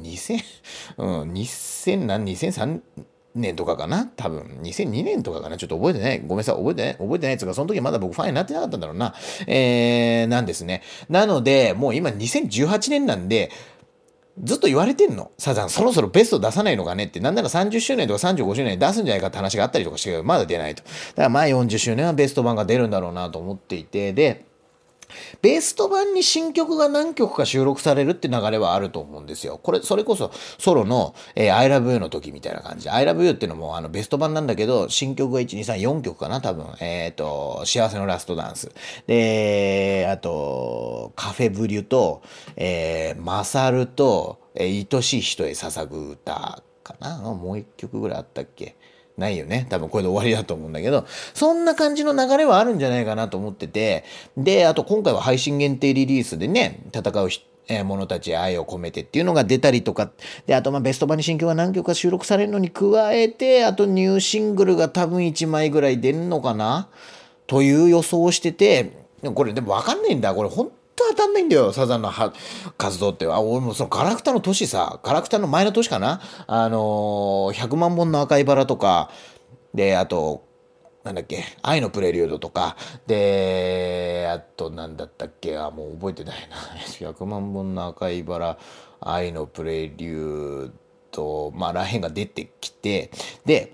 2003年とかかな多分、2002年とかかなちょっと覚えてない。ごめんなさい。覚えてないやつが、その時まだ僕ファンになってなかったんだろうな。なんですね。なので、もう今2018年なんで、ずっと言われてんの。サザン、そろそろベスト出さないのかねって、なんなら30周年とか35周年出すんじゃないかって話があったりとかしてけど、まだ出ないと。だから40周年はベスト版が出るんだろうなと思っていて、で、ベスト版に新曲が何曲か収録されるって流れはあると思うんですよ。それこそソロの、I love you の時みたいな感じ。I love you っていうのもベスト版なんだけど、新曲が1、2、3、4曲かな多分。幸せのラストダンス。で、あと、カフェブリュと、マサルと、愛しい人へ捧ぐ歌かな。もう1曲ぐらいあったっけないよね。多分これで終わりだと思うんだけど、そんな感じの流れはあるんじゃないかなと思ってて、で、あと今回は配信限定リリースでね、戦う者たちへ愛を込めてっていうのが出たりとか、で、あとベスト版に新曲が何曲か収録されるのに加えて、あとニューシングルが多分1枚ぐらい出るのかなという予想をしてて、これでもわかんないんだ。これ本当当たんないんだよ、サザンの活動って。俺もそのガラクタの年さ、ガラクタの前の年かな100万本の赤いバラとか、で、あと、なんだっけ、愛のプレリュードとか、で、あとなんだったっけ、もう覚えてないな。100万本の赤いバラ、愛のプレリュード、らへんが出てきて、で、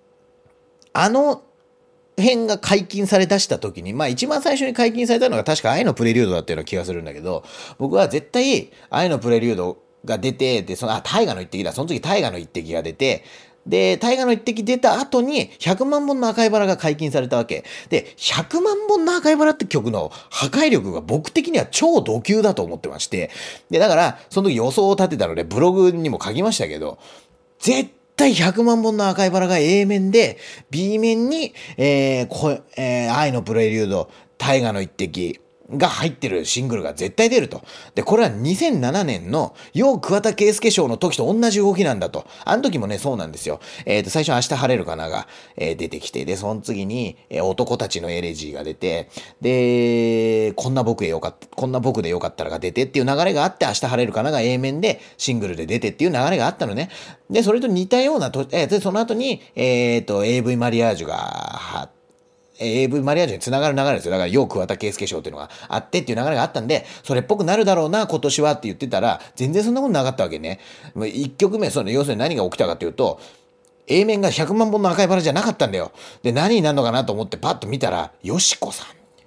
編が解禁され出した時に、一番最初に解禁されたのが確か愛のプレリュードだったような気がするんだけど、僕は絶対愛のプレリュードが出て、で、大河の一滴だ。その時大河の一滴が出て、で、大河の一滴出た後に100万本の赤いバラが解禁されたわけ。で、100万本の赤いバラって曲の破壊力が僕的には超ド級だと思ってまして、で、だから、その時予想を立てたのでブログにも書きましたけど、絶対100万本の赤いバラが A 面で、B 面に、愛のプレリュード、大河の一滴が入ってるシングルが絶対出ると。で、これは2007年の、楊桑田佳祐賞の時と同じ動きなんだと。あの時もね、そうなんですよ。最初明日晴れるかなが、出てきて、で、その次に、男たちのエレジーが出て、で、こんな僕でよかったらが出てっていう流れがあって、明日晴れるかなが A 面でシングルで出てっていう流れがあったのね。で、それと似たようなで、その後に、AV マリアージュがAV マリアージュにつながる流れですよ。だから、楊桑田佳祐賞っていうのがあってっていう流れがあったんで、それっぽくなるだろうな、今年はって言ってたら、全然そんなことなかったわけね。1曲目、要するに何が起きたかというと、A 面が100万本の赤いバラじゃなかったんだよ。で、何になるのかなと思ってパッと見たら、よしこさん。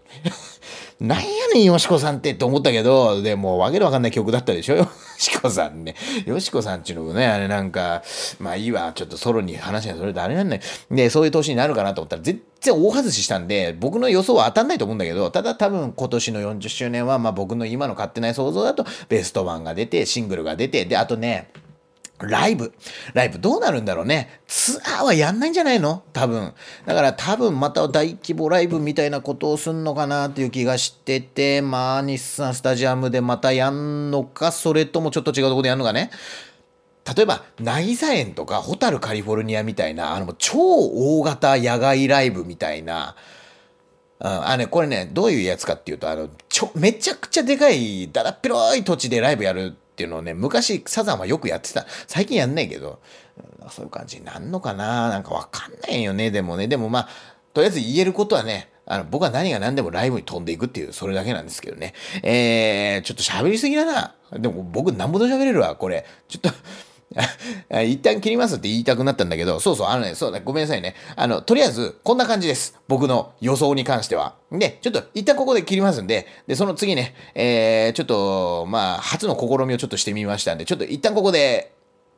なんやねん、よしこさんって思ったけど、でもわけのわかんない曲だったでしょ、よしこさんね。よしこさんちのね、あれなんか、まあいいわ、ちょっとソロに話がそれとあれなんない。で、そういう年になるかなと思ったら、全然大外ししたんで、僕の予想は当たんないと思うんだけど、ただ多分今年の40周年は、まあ僕の今の勝手ない想像だと、ベストワンが出て、シングルが出て、で、あとね、ライブどうなるんだろうね。ツアーはやんないんじゃないの多分。だから多分また大規模ライブみたいなことをすんのかなっていう気がしてて、まあ日産スタジアムでまたやんのか、それともちょっと違うところでやんのかね。例えば、渚園とかホタルカリフォルニアみたいな、超大型野外ライブみたいな、これね、どういうやつかっていうと、めちゃくちゃでかい、だだっ広い土地でライブやるっていうのをね、昔サザンはよくやってた。最近やんないけど、そういう感じになんのかな、なんかわかんないよね、でもね。でもまあ、とりあえず言えることはね、僕は何が何でもライブに飛んでいくっていう、それだけなんですけどね。ちょっと喋りすぎだな。でも僕なんぼと喋れるわ、これ。ちょっと一旦切りますって言いたくなったんだけど、そうそう、そうだ、ごめんなさいね。とりあえず、こんな感じです。僕の予想に関しては。で、ちょっと一旦ここで切りますんで、で、その次ね、ちょっと、まあ、初の試みをちょっとしてみましたんで、ちょっと一旦ここで、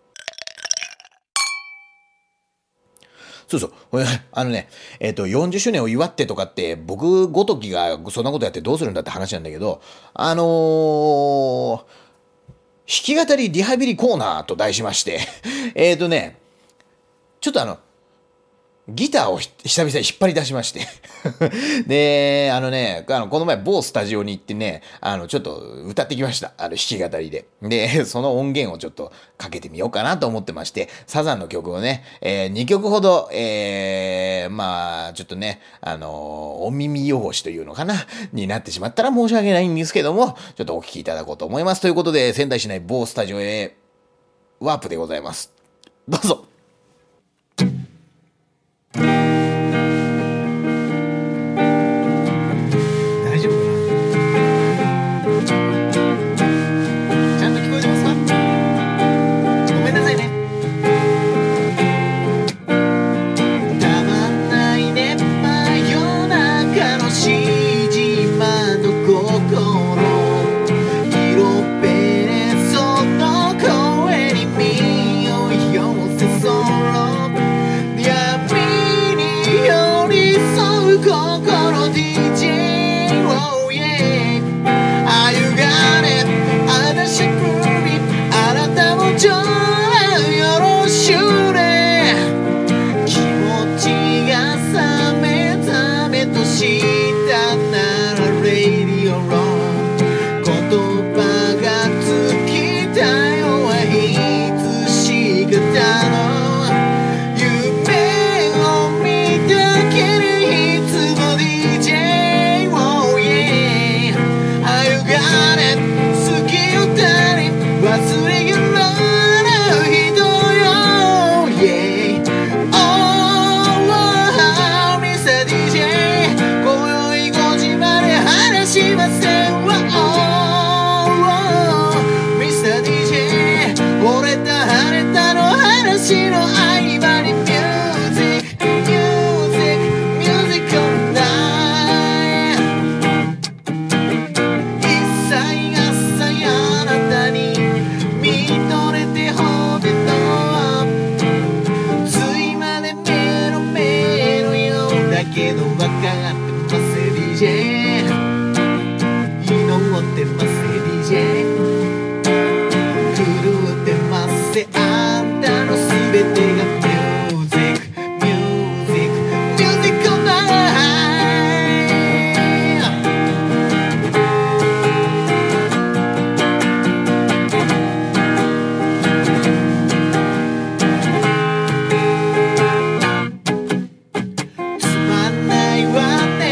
そうそう。40周年を祝ってとかって、僕ごときがそんなことやってどうするんだって話なんだけど、弾き語りリハビリコーナーと題しましてちょっとギターを久々に引っ張り出しましてで、この前某スタジオに行ってね、ちょっと歌ってきました。弾き語りで。で、その音源をちょっとかけてみようかなと思ってまして、サザンの曲をね、2曲ほど、まあ、ちょっとね、お耳汚しというのかな、になってしまったら申し訳ないんですけども、ちょっとお聴きいただこうと思います。ということで、仙台市内某スタジオへ、ワープでございます。どうぞ。大丈夫かな、ちゃんと聞こえてますか？ごめんなさいね。たまんないね、真夜中のしじまの心、色ペレソの声に身を寄せそう、闇に寄り添う心 DJ、 oh yeah、 あゆがね、あたしくみ、あなたもちょよろしゅうね、気持ちが冷め冷めとしたなら Radio Roll、 言葉が尽きたよはいつしかだろう、忘れがらぬ人よ、yeah、 oh Mr. DJ、 今宵5時まで話しません、oh Mr. DJ、 惚れた晴れたの話の合間にミュージックミュージックミュージックオンライン、一切がさやあなたに見とれてほでと、ついまでメロメロよだけど分かってます DJ、 祈ってます DJ、 狂ってますあんたのすべてがミュージックミュージックミュージックナイト、つまんないわね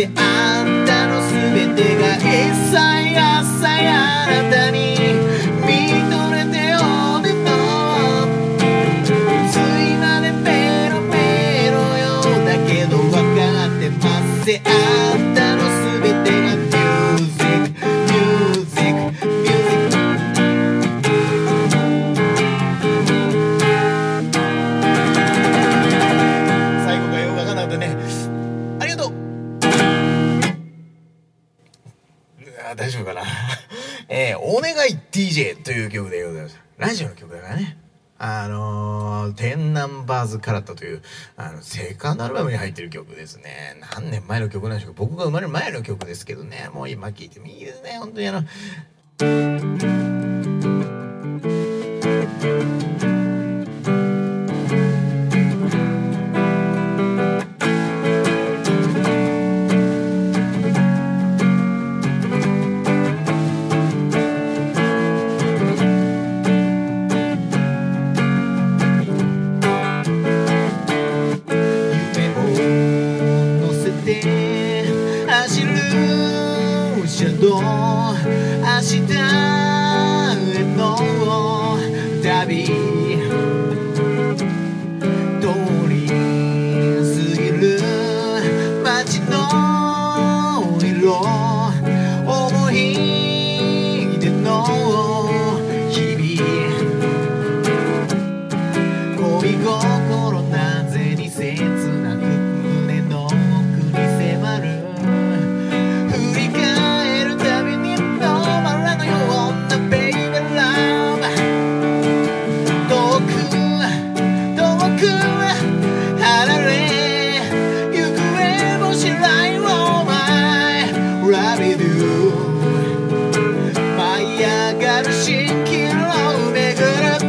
せあんたのすべてが一切あなたに見とれておでとついまでペロペロよだけど分かってますせあんたのすべてがミュージック最後がよくわかんなかったね。ありがとう。大丈夫かなお願い DJ という曲でございます。ラジオの曲だからね。テンナンバーズカラットというセカンドアルバムに入ってる曲ですね。何年前の曲なんでしょうか。僕が生まれる前の曲ですけどね。もう今聴いてもいいですね。本当に走るシャドウ明日への旅通り過ぎる街の色思い出の日々恋心なぜに切なく胸の奥に迫る振り返るたびに止まらぬような Baby Love 遠く離れ行方も知らない Oh my love you 舞い上がる蜃気楼巡る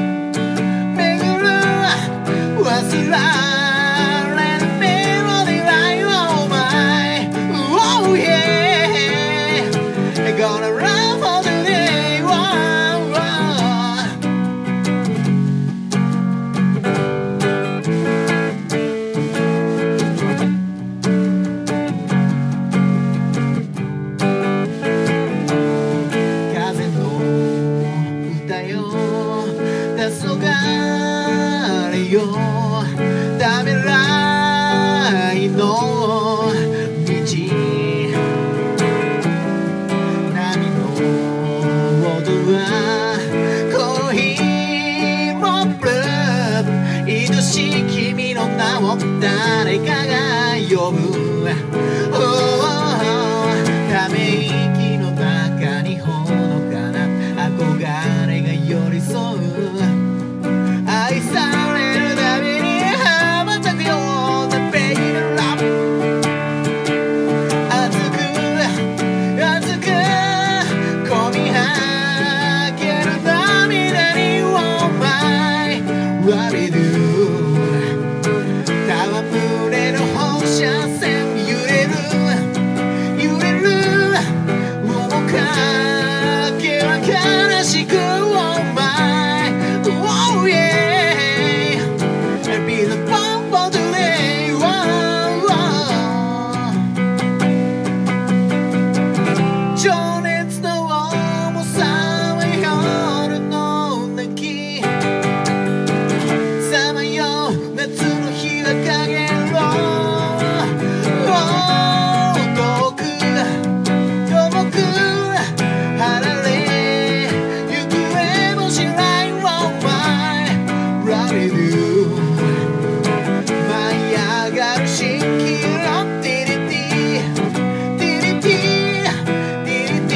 忘れGonna run for the day, wow, wow. 風の歌よ黄昏よためらいの道この日もブルー愛しい君の名を誰かが呼ぶ、ため息の中にほのかな憧れが寄り添う愛されるたびに羽ばたくような Baby Love 熱く込みはける涙に Oh my love you 戯れる放射線揺れる面影は悲しく Oh my oh yeah Be the bomb for today情熱の重さは夜の泣きさまよう夏の日は陰遠く離れ行方も知らない Oh my love you 舞い上がる蜃気楼ティリティティリティティリテ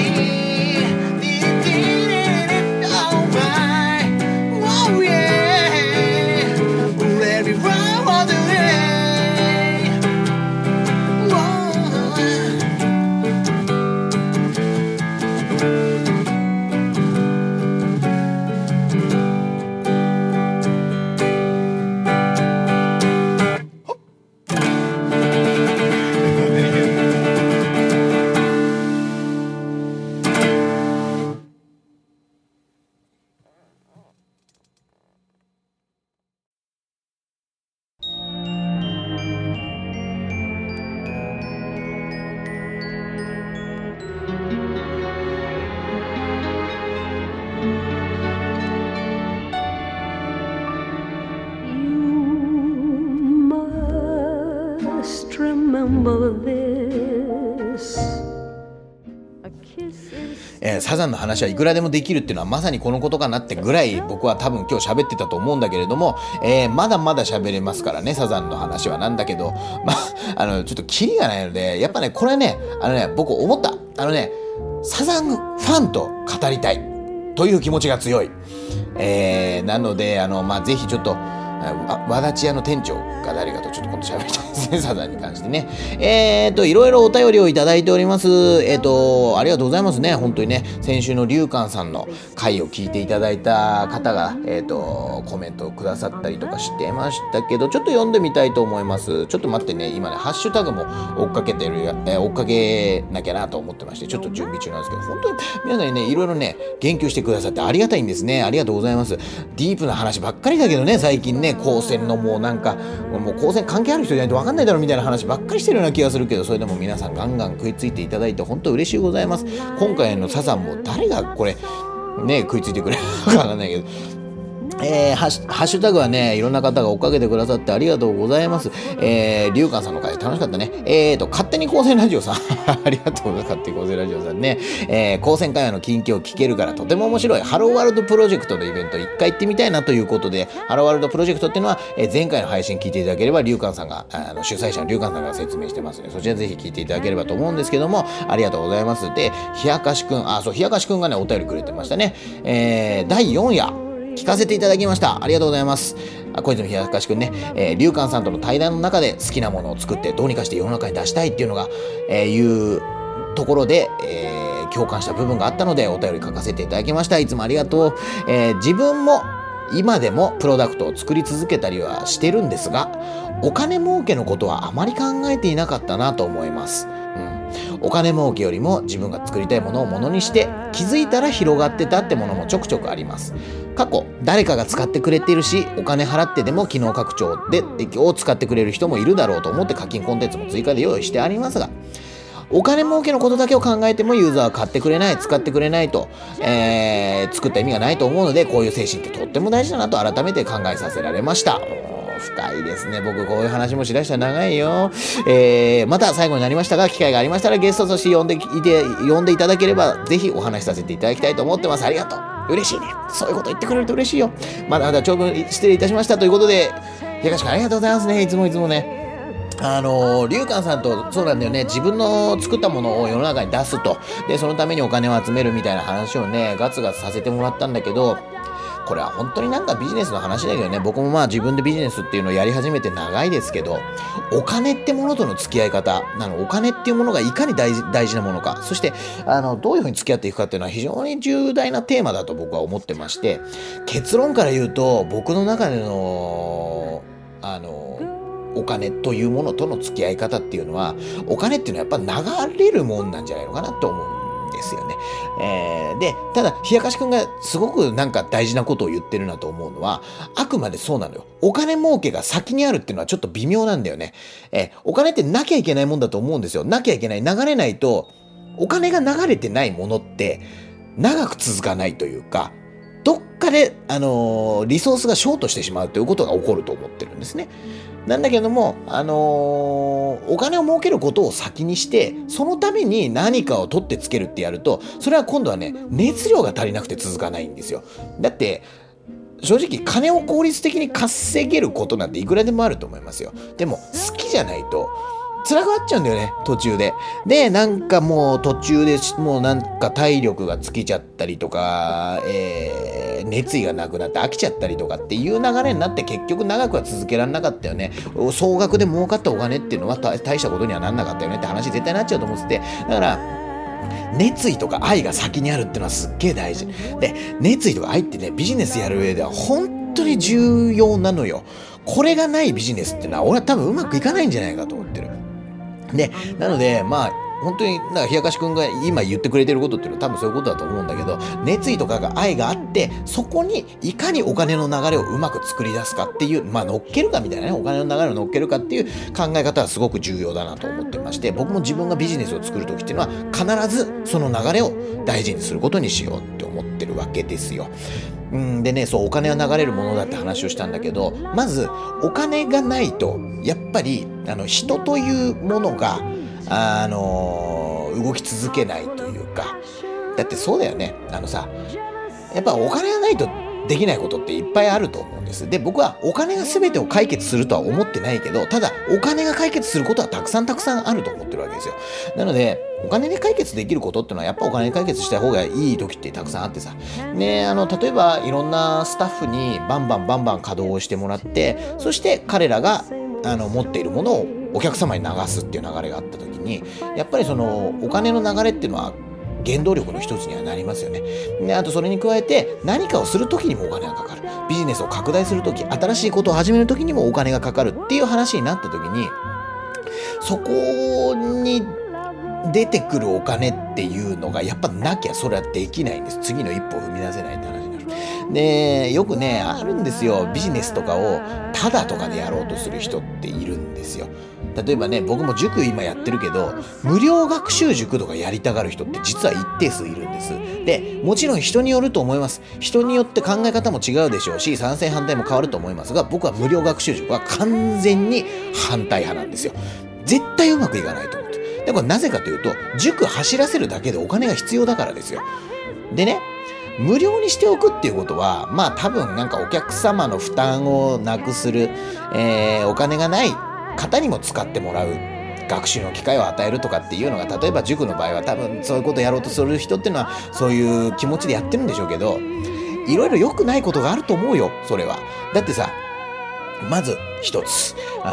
サザンの話はいくらでもできるっていうのはまさにこのことかなってぐらい僕は多分今日喋ってたと思うんだけれども、まだまだ喋れますからね、サザンの話は。なんだけど、ちょっとキリがないので、やっぱね、これね、僕思った。サザンファンと語りたいという気持ちが強い。なので、ぜひちょっと、和立屋の店長が誰かとちょっと今度喋りたいですね、サザンに関してね。いろいろお便りをいただいております。ありがとうございますね。本当にね、先週の龍寛さんの回を聞いていただいた方が、コメントをくださったりとかしてましたけど、ちょっと読んでみたいと思います。ちょっと待ってね、今ね、ハッシュタグも追っかけなきゃなと思ってまして、ちょっと準備中なんですけど、本当に皆さんにね、いろいろね、言及してくださってありがたいんですね。ありがとうございます。ディープな話ばっかりだけどね、最近ね、高専のもう高専関係ある人じゃないと分かんないだろうみたいな話ばっかりしてるような気がするけど、それでも皆さんガンガン食いついていただいて本当嬉しいございます。今回のサザンも誰がこれね食いついてくれるのか分かんないけど、ハッシュタグはね、いろんな方が追っかけてくださってありがとうございます。龍寛さんの回楽しかったね。勝手に高専ラジオさんありがとうございます。勝手に高専ラジオさんね。高専会話の近況を聞けるからとても面白い。ハローワールドプロジェクトのイベント一回行ってみたいなということで、ハローワールドプロジェクトっていうのは、前回の配信聞いていただければ、龍寛さんが、主催者の龍寛さんが説明してますので、そちらぜひ聞いていただければと思うんですけども、ありがとうございます。で、冷やかしくんがね、お便りくれてましたね。第4夜。聞かせていただきました。ありがとうございます。小泉冷やかしくんね、龍寛さんとの対談の中で好きなものを作ってどうにかして世の中に出したいっていうのが、いうところで、共感した部分があったのでお便り書かせていただきました。いつもありがとう。自分も今でもプロダクトを作り続けたりはしてるんですが、お金儲けのことはあまり考えていなかったなと思います。お金儲けよりも自分が作りたいものをものにして気づいたら広がってたってものもちょくちょくあります。過去誰かが使ってくれているし、お金払ってでも機能拡張を使ってくれる人もいるだろうと思って課金コンテンツも追加で用意してありますが、お金儲けのことだけを考えてもユーザーは買ってくれない、使ってくれないと、作った意味がないと思うので、こういう精神ってとっても大事だなと改めて考えさせられました。深いですね。僕こういう話もしだしたら長いよ。また最後になりましたが、機会がありましたらゲストとして呼んでいただければぜひお話しさせていただきたいと思ってます。ありがとう。嬉しいね。そういうこと言ってくれると嬉しいよ。まだ長文失礼いたしましたということで、東君ありがとうございますね。いつもね。龍寛さんとそうなんだよね、自分の作ったものを世の中に出すと、でそのためにお金を集めるみたいな話をねガツガツさせてもらったんだけど、これは本当になんかビジネスの話だけどね、僕も自分でビジネスっていうのをやり始めて長いですけど、お金ってものとの付き合い方、お金っていうものがいかに大事なものか、そしてどういうふうに付き合っていくかっていうのは非常に重大なテーマだと僕は思ってまして、結論から言うと僕の中でのお金というものとの付き合い方っていうのは、お金っていうのはやっぱ流れるもんなんじゃないのかなと思うんですよね。で、ただ冷やかしくんがすごくなんか大事なことを言ってるなと思うのは、あくまでそうなのよ。お金儲けが先にあるっていうのはちょっと微妙なんだよね。お金ってなきゃいけないもんだと思うんですよ。なきゃいけない、流れないと、お金が流れてないものって長く続かないというか、どっかで、リソースがショートしてしまうということが起こると思ってるんですね。なんだけども、お金を儲けることを先にして、そのために何かを取ってつけるってやると、それは今度はね、熱量が足りなくて続かないんですよ。だって、正直金を効率的に稼げることなんていくらでもあると思いますよ。でも、好きじゃないと、辛くなっちゃうんだよね、途中で。で、なんかもう途中でもうなんか体力が尽きちゃったりとか、熱意がなくなって飽きちゃったりとかっていう流れになって、結局長くは続けられなかったよね。総額で儲かったお金っていうのは大したことにはなんなかったよねって話絶対なっちゃうと思ってて。だから、熱意とか愛が先にあるっていうのはすっげえ大事。で、熱意とか愛ってね、ビジネスやる上では本当に重要なのよ。これがないビジネスっていうのは俺は多分うまくいかないんじゃないかと思ってる。で、なので、本当になんか冷やかしくんが今言ってくれてることっていうのは多分そういうことだと思うんだけど、熱意とかが愛があって、そこにいかにお金の流れをうまく作り出すかっていう、乗っけるかみたいなね、お金の流れを乗っけるかっていう考え方はすごく重要だなと思ってまして、僕も自分がビジネスを作るときっていうのは必ずその流れを大事にすることにしようって思ってるわけですよ。でね、そう、お金は流れるものだって話をしたんだけど、まずお金がないとやっぱり人というものが動き続けないというか、 だってそうだよね。やっぱお金がないとできないことっていっぱいあると思うんです。で、僕はお金が全てを解決するとは思ってないけど、ただお金が解決することはたくさんあると思ってるわけですよ。なので、お金で解決できることってのはやっぱお金で解決した方がいい時ってたくさんあってさ。ね、例えばいろんなスタッフにバンバン稼働をしてもらって、そして彼らが持っているものをお客様に流すっていう流れがあった時に、やっぱりそのお金の流れっていうのは原動力の一つにはなりますよね。で、あとそれに加えて何かをするときにもお金がかかる。ビジネスを拡大するとき、新しいことを始めるときにもお金がかかるっていう話になったときに、そこに出てくるお金っていうのがやっぱなきゃそれはできないんです。次の一歩を踏み出せないって話になる。で、よくね、あるんですよ。ビジネスとかをタダとかでやろうとする人っているんですよ。例えばね、僕も塾今やってるけど、無料学習塾とかやりたがる人って実は一定数いるんです。で、もちろん人によると思います。人によって考え方も違うでしょうし、賛成反対も変わると思いますが、僕は無料学習塾は完全に反対派なんですよ。絶対うまくいかないと思って。で、これなぜかというと、塾走らせるだけでお金が必要だからですよ。でね、無料にしておくっていうことは、まあ多分なんかお客様の負担をなくする、お金がない方にも使ってもらう学習の機会を与えるとかっていうのが、例えば塾の場合は多分そういうことをやろうとする人っていうのはそういう気持ちでやってるんでしょうけど、いろいろ良くないことがあると思うよ、それは。だってさ、まず一つ、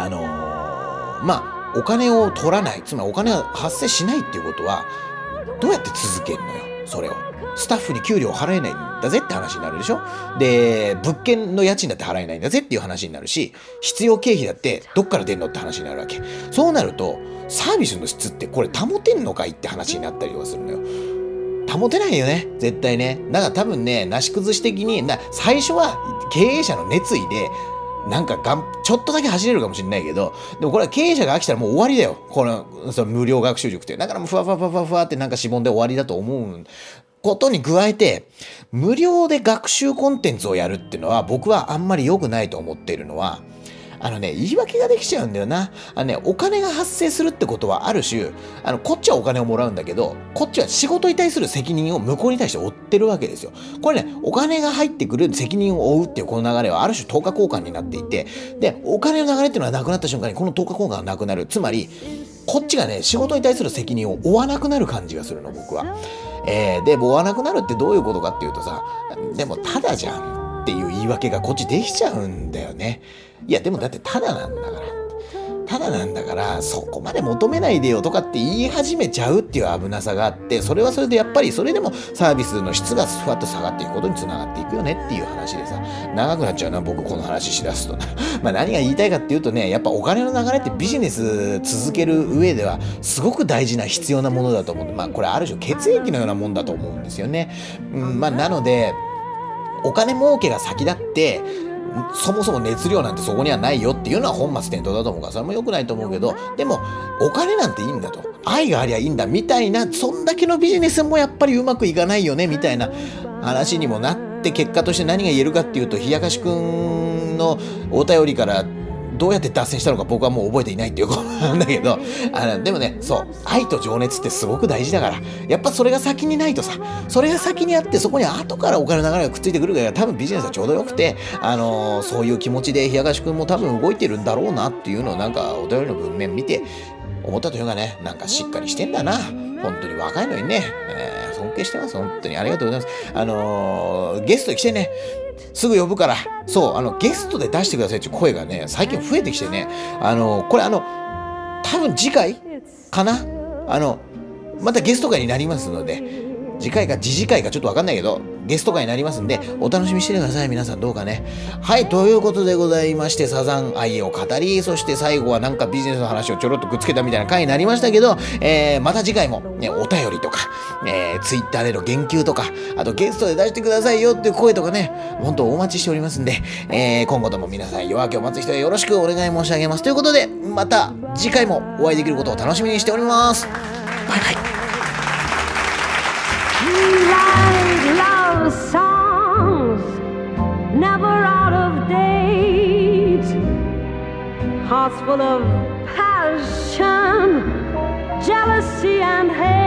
お金を取らない、つまりお金が発生しないっていうことはどうやって続けるのよ、それを。スタッフに給料払えないんだぜって話になるでしょ。で、物件の家賃だって払えないんだぜっていう話になるし、必要経費だってどっから出んのって話になるわけ。そうなるとサービスの質ってこれ保てんのかいって話になったりとかするのよ。保てないよね、絶対ね。だから多分ね、なし崩し的に最初は経営者の熱意でちょっとだけ走れるかもしれないけど、でもこれは経営者が飽きたらもう終わりだよ。その無料学習塾って。だからもうふわってしぼんで終わりだと思うことに加えて、無料で学習コンテンツをやるっていうのは僕はあんまり良くないと思っているのは、言い訳ができちゃうんだよな。お金が発生するってことはある種、こっちはお金をもらうんだけど、こっちは仕事に対する責任を向こうに対して負ってるわけですよ。これね、お金が入ってくる責任を負うっていうこの流れはある種等価交換になっていて、で、お金の流れっていうのはなくなった瞬間にこの等価交換がなくなる。つまり、こっちがね、仕事に対する責任を負わなくなる感じがするの、僕は。で、負わなくなるってどういうことかっていうとさ、でもただじゃんっていう言い訳がこっちできちゃうんだよね。いや、でもだってただなんだから、そこまで求めないでよとかって言い始めちゃうっていう危なさがあって、それはそれでやっぱりそれでもサービスの質がふわっと下がっていくことにつながっていくよねっていう話でさ、長くなっちゃうな、僕この話しだすと。何が言いたいかっていうとね、やっぱお金の流れってビジネス続ける上ではすごく大事な必要なものだと思うんで、これある種血液のようなもんだと思うんですよね。なので、お金儲けが先だって、そもそも熱量なんてそこにはないよっていうのは本末転倒だと思うから、それも良くないと思うけど、でもお金なんていいんだと、愛がありゃいいんだみたいな、そんだけのビジネスもやっぱりうまくいかないよねみたいな話にもなって、結果として何が言えるかっていうと、冷やかしくんのお便りからどうやって脱線したのか僕はもう覚えていないっていうことなんだけど、でもね、そう、愛と情熱ってすごく大事だから、やっぱそれが先にないとさ、それが先にあって、そこに後からお金の流れがくっついてくるから、多分ビジネスはちょうどよくて、そういう気持ちで冷やかしくんも多分動いてるんだろうなっていうのをお便りの文面見て思ったというかね、しっかりしてんだな。本当に若いのにね、尊敬してます。本当にありがとうございます。ゲストに来てね、すぐ呼ぶから。そう、ゲストで出してくださいっていう声がね、最近増えてきてね、これ多分次回かな、またゲスト会になりますので、次回か次回かちょっとわかんないけど、ゲスト会になりますんで、お楽しみにしててください。皆さんどうかね。はい、ということでございまして、サザン愛を語り、そして最後はビジネスの話をちょろっとくっつけたみたいな回になりましたけど、また次回もね、お便りとか、ツイッターでの言及とか、あとゲストで出してくださいよっていう声とかね、本当お待ちしておりますんで、今後とも皆さん夜明けを待つ人へよろしくお願い申し上げます。ということで、また次回もお会いできることを楽しみにしております。バイバイ。 Love songs never out of date, hearts full of passion, jealousy and hate.